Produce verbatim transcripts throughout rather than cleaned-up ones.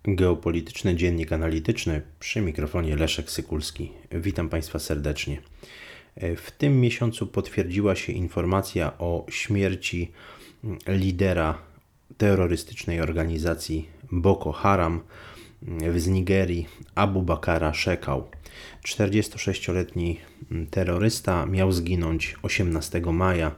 Geopolityczny Dziennik Analityczny, przy mikrofonie Leszek Sykulski. Witam Państwa serdecznie. W tym miesiącu potwierdziła się informacja o śmierci lidera terrorystycznej organizacji Boko Haram z Nigerii, Abu Bakara Shekau. czterdziestosześcioletni terrorysta miał zginąć osiemnastego maja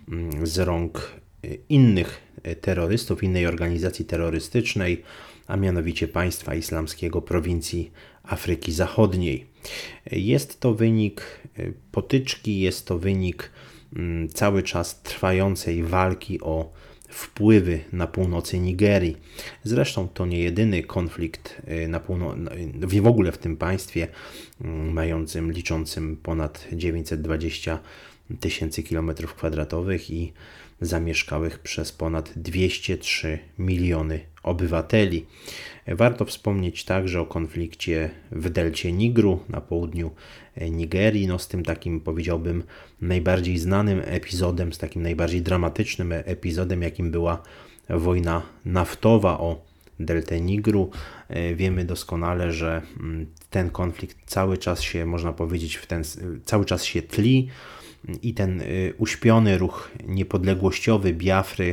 z rąk innych terrorystów, innej organizacji terrorystycznej, a mianowicie Państwa Islamskiego prowincji Afryki Zachodniej. Jest to wynik potyczki, jest to wynik cały czas trwającej walki o wpływy na północy Nigerii. Zresztą to nie jedyny konflikt na półno- w ogóle w tym państwie, mającym, liczącym ponad dziewięćset dwadzieścia tysięcy kilometrów kwadratowych i zamieszkałych przez ponad dwieście trzy miliony obywateli. Warto wspomnieć także o konflikcie w delcie Nigru na południu Nigerii, no z tym takim, powiedziałbym, najbardziej znanym epizodem, z takim najbardziej dramatycznym epizodem, jakim była wojna naftowa o deltę Nigru. Wiemy doskonale, że ten konflikt cały czas się, można powiedzieć, w ten, cały czas się tli. I ten uśpiony ruch niepodległościowy Biafry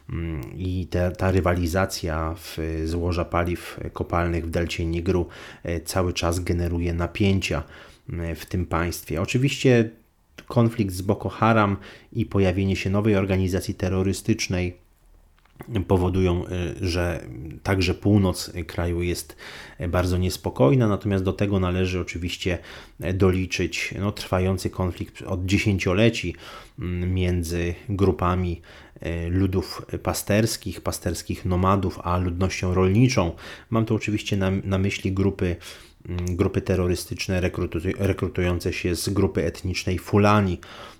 i ta, ta rywalizacja w złoża paliw kopalnych w delcie Nigru cały czas generuje napięcia w tym państwie. Oczywiście konflikt z Boko Haram i pojawienie się nowej organizacji terrorystycznej powodują, że także północ kraju jest bardzo niespokojna, natomiast do tego należy oczywiście doliczyć no, trwający konflikt od dziesięcioleci między grupami ludów pasterskich, pasterskich nomadów, a ludnością rolniczą. Mam tu oczywiście na, na myśli grupy grupy terrorystyczne rekrutujące się z grupy etnicznej Fulani.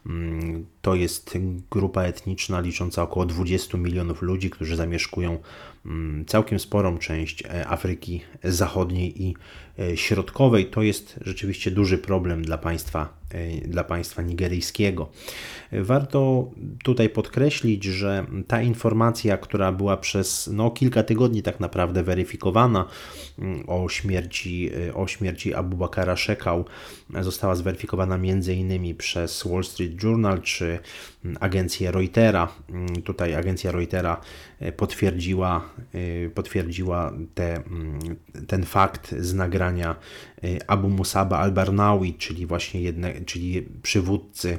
To jest grupa etniczna licząca około dwudziestu milionów ludzi, którzy zamieszkują całkiem sporą część Afryki Zachodniej i Środkowej. To jest rzeczywiście duży problem dla państwa, dla państwa nigeryjskiego. Warto tutaj podkreślić, że ta informacja, która była przez no, kilka tygodni tak naprawdę weryfikowana o śmierci, o śmierci Abu Bakara Shekau, została zweryfikowana między innymi przez Wall Street Journal czy agencję Reutera. Tutaj agencja Reutera potwierdziła, potwierdziła te, ten fakt z nagrania Abu Musaba al-Barnawi, czyli właśnie jedne, czyli przywódcy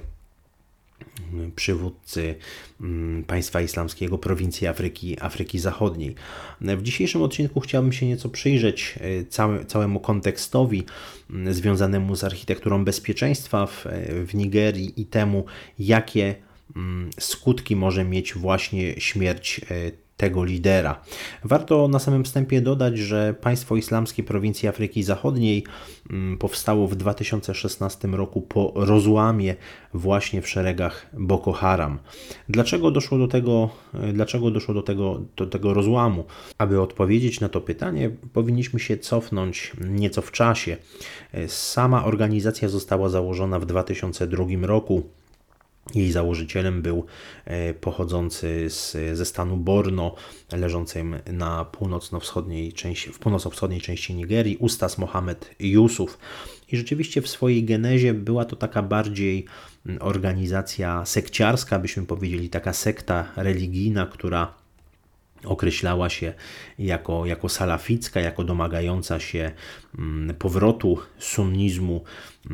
przywódcy państwa islamskiego prowincji Afryki, Afryki Zachodniej. W dzisiejszym odcinku chciałbym się nieco przyjrzeć cały, całemu kontekstowi związanemu z architekturą bezpieczeństwa w, w Nigerii i temu, jakie skutki może mieć właśnie śmierć tego lidera. Warto na samym wstępie dodać, że państwo islamskie prowincji Afryki Zachodniej powstało w dwa tysiące szesnastym roku po rozłamie właśnie w szeregach Boko Haram. Dlaczego doszło do tego, dlaczego doszło do tego, do tego rozłamu? Aby odpowiedzieć na to pytanie, powinniśmy się cofnąć nieco w czasie. Sama organizacja została założona w dwa tysiące drugim roku. Jej założycielem był pochodzący z, ze stanu Borno, leżącym na północno-wschodniej części, w północno-wschodniej części Nigerii, Ustaz Mohammed Yusuf. I rzeczywiście w swojej genezie była to taka bardziej organizacja sekciarska, byśmy powiedzieli, taka sekta religijna, która określała się jako, jako salaficka, jako domagająca się powrotu sunnizmu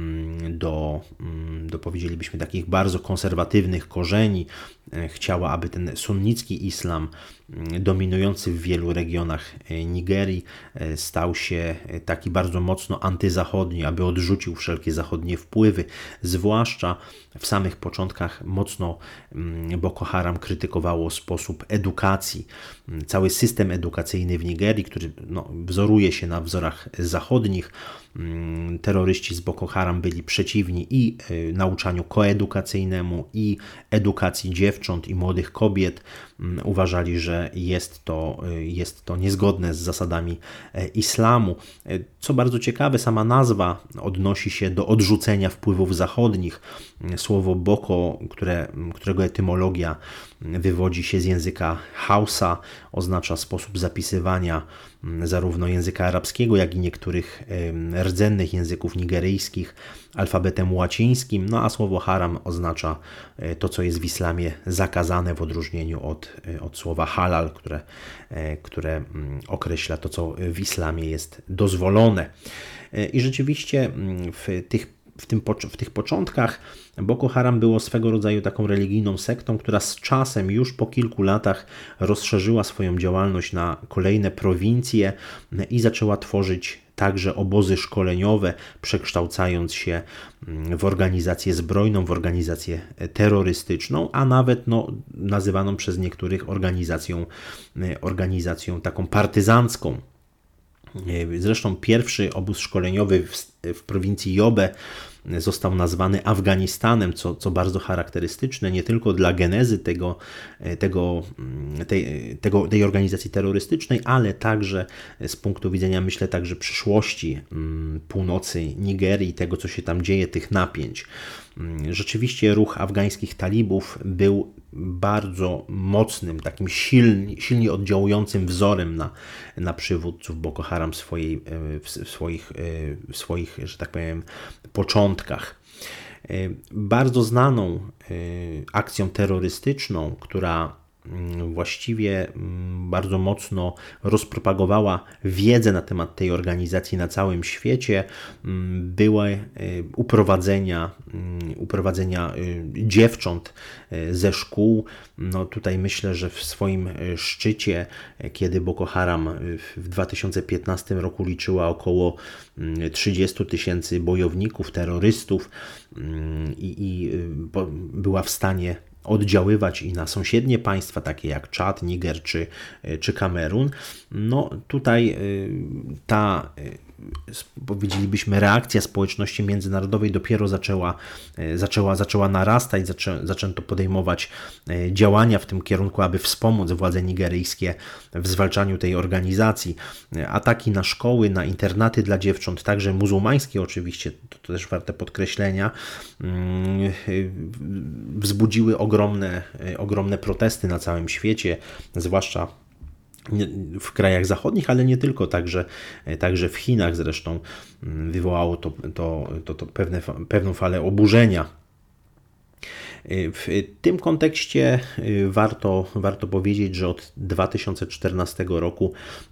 do, do, powiedzielibyśmy, takich bardzo konserwatywnych korzeni. Chciała, aby ten sunnicki islam dominujący w wielu regionach Nigerii stał się taki bardzo mocno antyzachodni, aby odrzucił wszelkie zachodnie wpływy. Zwłaszcza w samych początkach mocno Boko Haram krytykowało sposób edukacji. Cały system edukacyjny w Nigerii, który no, wzoruje się na wzorach zachodnich. Terroryści z Boko Haram byli przeciwni i nauczaniu koedukacyjnemu, i edukacji dziewcząt i młodych kobiet. Uważali, że jest to, jest to niezgodne z zasadami islamu. Co bardzo ciekawe, sama nazwa odnosi się do odrzucenia wpływów zachodnich. Słowo Boko, które, którego etymologia wywodzi się z języka Hausa, oznacza sposób zapisywania zarówno języka arabskiego, jak i niektórych rdzennych języków nigeryjskich alfabetem łacińskim, no a słowo haram oznacza to, co jest w islamie zakazane, w odróżnieniu od, od słowa halal, które, które określa to, co w islamie jest dozwolone. I rzeczywiście w tych W, tym, w tych początkach Boko Haram było swego rodzaju taką religijną sektą, która z czasem, już po kilku latach, rozszerzyła swoją działalność na kolejne prowincje i zaczęła tworzyć także obozy szkoleniowe, przekształcając się w organizację zbrojną, w organizację terrorystyczną, a nawet no, nazywaną przez niektórych organizacją, organizacją taką partyzancką. Zresztą pierwszy obóz szkoleniowy w, w prowincji Yobe został nazwany Afganistanem, co, co bardzo charakterystyczne nie tylko dla genezy tego, tego, tej, tego, tej organizacji terrorystycznej, ale także z punktu widzenia, myślę, także przyszłości północy Nigerii, tego, co się tam dzieje, tych napięć. Rzeczywiście ruch afgańskich talibów był bardzo mocnym, takim silnie, silnie oddziałującym wzorem na, na przywódców Boko Haram w, swojej, w, swoich, w swoich, że tak powiem, początkach. Bardzo znaną akcją terrorystyczną, która właściwie bardzo mocno rozpropagowała wiedzę na temat tej organizacji na całym świecie, były uprowadzenia, uprowadzenia dziewcząt ze szkół. No tutaj myślę, że w swoim szczycie, kiedy Boko Haram w dwa tysiące piętnastym roku liczyła około trzydziestu tysięcy bojowników, terrorystów i, i była w stanie oddziaływać i na sąsiednie państwa, takie jak Czad, Niger czy, czy Kamerun. No tutaj ta, powiedzielibyśmy, reakcja społeczności międzynarodowej dopiero zaczęła, zaczęła, zaczęła narastać, zaczę, zaczęto podejmować działania w tym kierunku, aby wspomóc władze nigeryjskie w zwalczaniu tej organizacji. Ataki na szkoły, na internaty dla dziewcząt, także muzułmańskie oczywiście, to, to też warte podkreślenia, wzbudziły ogromne, ogromne protesty na całym świecie, zwłaszcza w krajach zachodnich, ale nie tylko, także, także w Chinach zresztą wywołało to, to, to, to pewne, pewną falę oburzenia. W tym kontekście warto, warto powiedzieć, że od dwa tysiące czternastego roku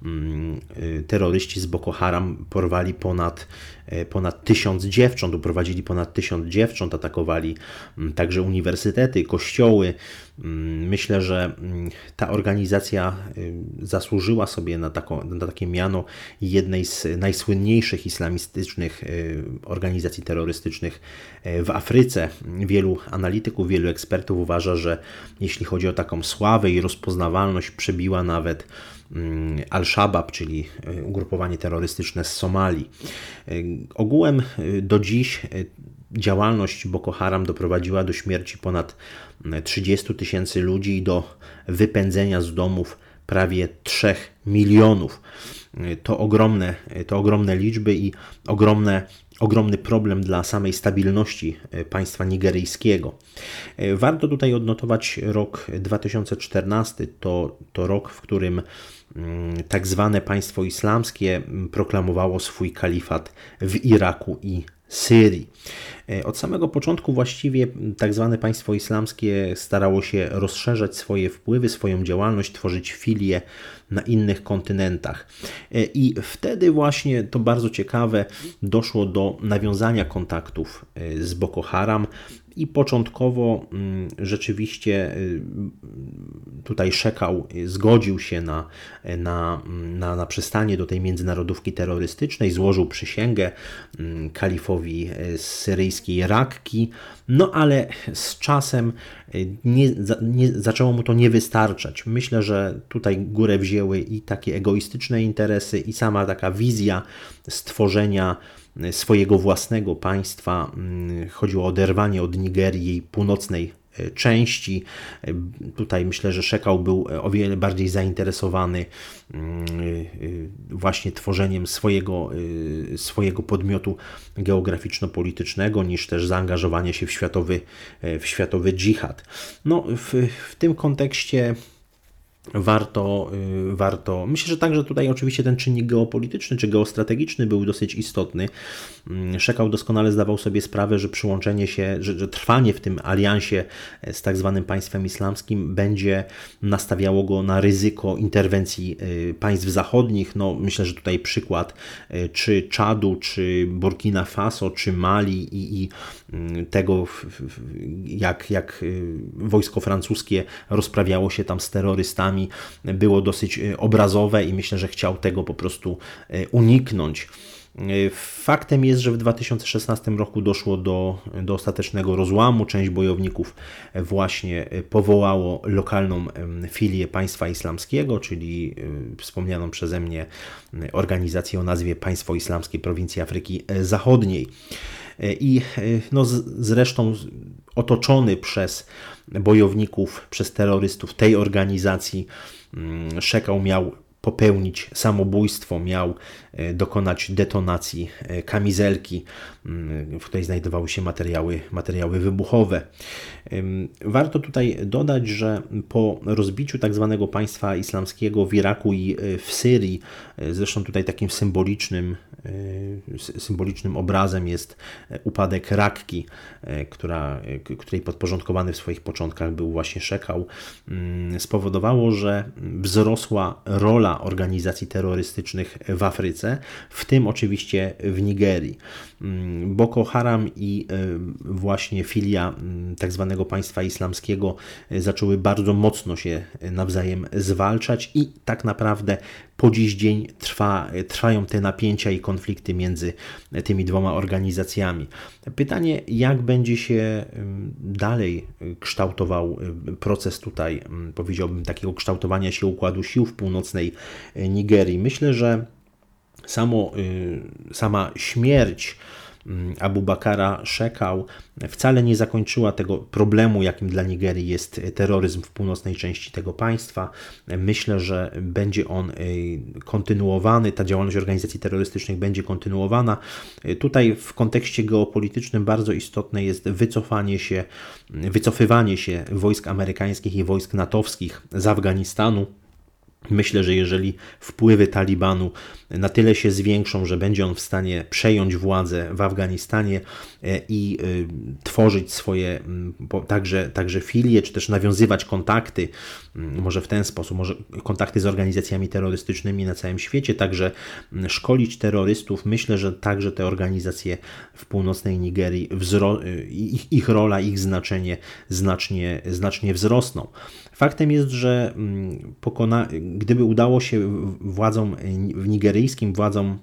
terroryści z Boko Haram porwali ponad, ponad tysiąc dziewcząt, uprowadzili ponad tysiąc dziewcząt, atakowali także uniwersytety, kościoły. Myślę, że ta organizacja zasłużyła sobie na, taką, na takie miano jednej z najsłynniejszych islamistycznych organizacji terrorystycznych w Afryce. Wielu analityków, wielu ekspertów uważa, że jeśli chodzi o taką sławę i rozpoznawalność, przebiła nawet Al-Shabaab, czyli ugrupowanie terrorystyczne z Somalii. Ogółem do dziś działalność Boko Haram doprowadziła do śmierci ponad trzydziestu tysięcy ludzi i do wypędzenia z domów prawie trzech milionów. To ogromne, to ogromne liczby i ogromne, ogromny problem dla samej stabilności państwa nigeryjskiego. Warto tutaj odnotować rok dwa tysiące czternasty. To, to rok, w którym tak zwane państwo islamskie proklamowało swój kalifat w Iraku i Syrii. Od samego początku właściwie tak zwane państwo islamskie starało się rozszerzać swoje wpływy, swoją działalność, tworzyć filie na innych kontynentach. I wtedy właśnie, to bardzo ciekawe, doszło do nawiązania kontaktów z Boko Haram i początkowo rzeczywiście tutaj Szekał zgodził się na, na, na, na przystanie do tej międzynarodówki terrorystycznej, złożył przysięgę kalifowi syryjskiej Rakki, no ale z czasem nie, nie, zaczęło mu to nie wystarczać. Myślę, że tutaj górę wzięły i takie egoistyczne interesy, i sama taka wizja stworzenia swojego własnego państwa. Chodziło o oderwanie od Nigerii, jej północnej części. Tutaj myślę, że Szekał był o wiele bardziej zainteresowany właśnie tworzeniem swojego, swojego podmiotu geograficzno-politycznego, niż też zaangażowanie się w światowy, w światowy dżihad. No, w, w tym kontekście Warto, warto, myślę, że także tutaj oczywiście ten czynnik geopolityczny czy geostrategiczny był dosyć istotny. Szekał doskonale zdawał sobie sprawę, że przyłączenie się, że, że trwanie w tym aliansie z tak zwanym państwem islamskim będzie nastawiało go na ryzyko interwencji państw zachodnich. No, myślę, że tutaj przykład czy Czadu, czy Burkina Faso, czy Mali i, i tego, jak, jak wojsko francuskie rozprawiało się tam z terrorystami, było dosyć obrazowe i myślę, że chciał tego po prostu uniknąć. Faktem jest, że w dwa tysiące szesnastym roku doszło do, do ostatecznego rozłamu. Część bojowników właśnie powołało lokalną filię państwa islamskiego, czyli wspomnianą przeze mnie organizację o nazwie Państwo Islamskie Prowincji Afryki Zachodniej. I no, zresztą otoczony przez bojowników, przez terrorystów tej organizacji, Szekał miał popełnić samobójstwo, miał dokonać detonacji kamizelki, w której znajdowały się materiały, materiały wybuchowe. Warto tutaj dodać, że po rozbiciu tak zwanego państwa islamskiego w Iraku i w Syrii, zresztą tutaj takim symbolicznym, symbolicznym obrazem jest upadek Rakki, która, której podporządkowany w swoich początkach był właśnie Szekał, spowodowało, że wzrosła rola organizacji terrorystycznych w Afryce, w tym oczywiście w Nigerii. Boko Haram i właśnie filia tak zwanego państwa islamskiego zaczęły bardzo mocno się nawzajem zwalczać i tak naprawdę po dziś dzień trwa, trwają te napięcia i konflikty między tymi dwoma organizacjami. Pytanie, jak będzie się dalej kształtował proces tutaj, powiedziałbym, takiego kształtowania się układu sił w północnej Nigerii. Myślę, że samo, sama śmierć Abu Bakara Szekał wcale nie zakończyła tego problemu, jakim dla Nigerii jest terroryzm w północnej części tego państwa. Myślę, że będzie on kontynuowany, ta działalność organizacji terrorystycznych będzie kontynuowana. Tutaj w kontekście geopolitycznym bardzo istotne jest wycofanie się, wycofywanie się wojsk amerykańskich i wojsk natowskich z Afganistanu. Myślę, że jeżeli wpływy Talibanu na tyle się zwiększą, że będzie on w stanie przejąć władzę w Afganistanie i tworzyć swoje także, także filie, czy też nawiązywać kontakty, może w ten sposób, może kontakty z organizacjami terrorystycznymi na całym świecie, także szkolić terrorystów, myślę, że także te organizacje w północnej Nigerii, ich, ich rola, ich znaczenie znacznie, znacznie wzrosną. Faktem jest, że pokona, gdyby udało się władzom nigeryjskim, władzom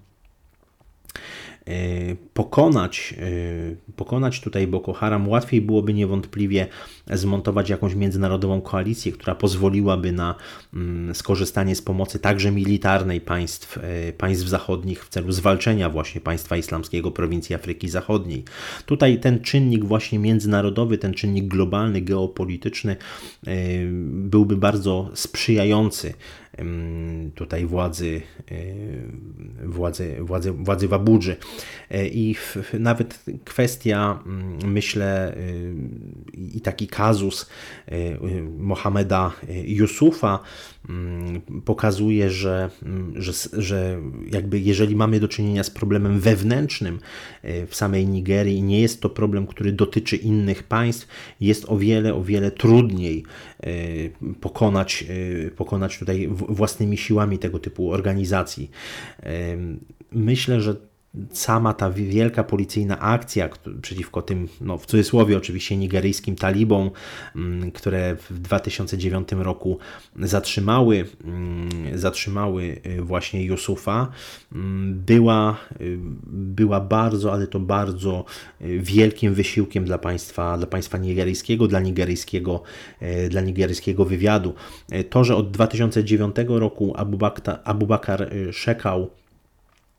pokonać, pokonać tutaj Boko Haram, łatwiej byłoby niewątpliwie zmontować jakąś międzynarodową koalicję, która pozwoliłaby na skorzystanie z pomocy także militarnej państw, państw zachodnich w celu zwalczenia właśnie państwa islamskiego prowincji Afryki Zachodniej. Tutaj ten czynnik właśnie międzynarodowy, ten czynnik globalny, geopolityczny byłby bardzo sprzyjający tutaj władzy, władzy, władzy, władzy w Abudży. I w, nawet kwestia, myślę, i taki kazus Mohameda Yusufa pokazuje, że, że, że jakby jeżeli mamy do czynienia z problemem wewnętrznym w samej Nigerii, nie jest to problem, który dotyczy innych państw, jest o wiele, o wiele trudniej pokonać, pokonać tutaj własnymi siłami tego typu organizacji. Myślę, że sama ta wielka policyjna akcja przeciwko tym, no w cudzysłowie oczywiście, nigeryjskim talibom, które w dwa tysiące dziewiątym roku zatrzymały, zatrzymały właśnie Yusufa, była, była bardzo, ale to bardzo wielkim wysiłkiem dla państwa, dla państwa nigeryjskiego, dla nigeryjskiego, dla nigeryjskiego wywiadu. To, że od dwa tysiące dziewiątego roku Abu Bakr, Abu Bakr Szekał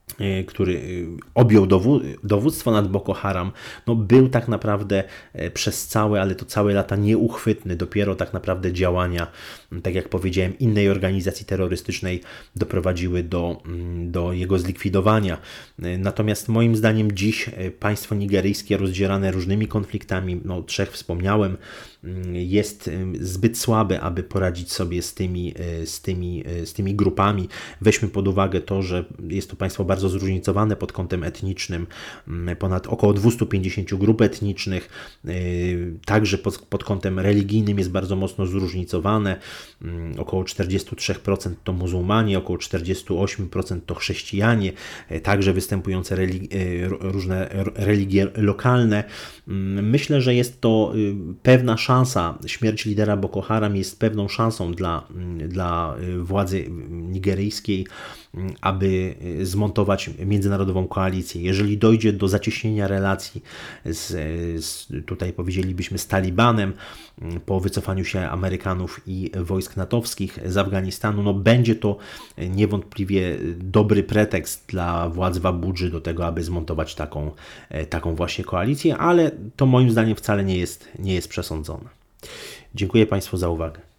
który objął dowództwo nad Boko Haram, no był tak naprawdę przez całe, ale to całe lata nieuchwytny. Dopiero tak naprawdę działania, tak jak powiedziałem, innej organizacji terrorystycznej doprowadziły do, do jego zlikwidowania. Natomiast moim zdaniem dziś państwo nigeryjskie rozdzierane różnymi konfliktami, no trzech wspomniałem, jest zbyt słabe, aby poradzić sobie z tymi, z tymi, z tymi grupami. Weźmy pod uwagę to, że jest to państwo bardzo zróżnicowane pod kątem etnicznym, ponad około dwieście pięćdziesiąt grup etnicznych, także pod, pod kątem religijnym jest bardzo mocno zróżnicowane, około czterdzieści trzy procent to muzułmanie, około czterdzieści osiem procent to chrześcijanie, także występujące religi- różne religie lokalne. Myślę, że jest to pewna szansa, śmierć lidera Boko Haram jest pewną szansą dla, dla władzy nigeryjskiej, aby zmontować międzynarodową koalicję. Jeżeli dojdzie do zacieśnienia relacji z, z tutaj powiedzielibyśmy z Talibanem po wycofaniu się Amerykanów i wojsk natowskich z Afganistanu, no będzie to niewątpliwie dobry pretekst dla władz w Abudży do tego, aby zmontować taką, taką właśnie koalicję, ale to moim zdaniem wcale nie jest, nie jest przesądzone. Dziękuję Państwu za uwagę.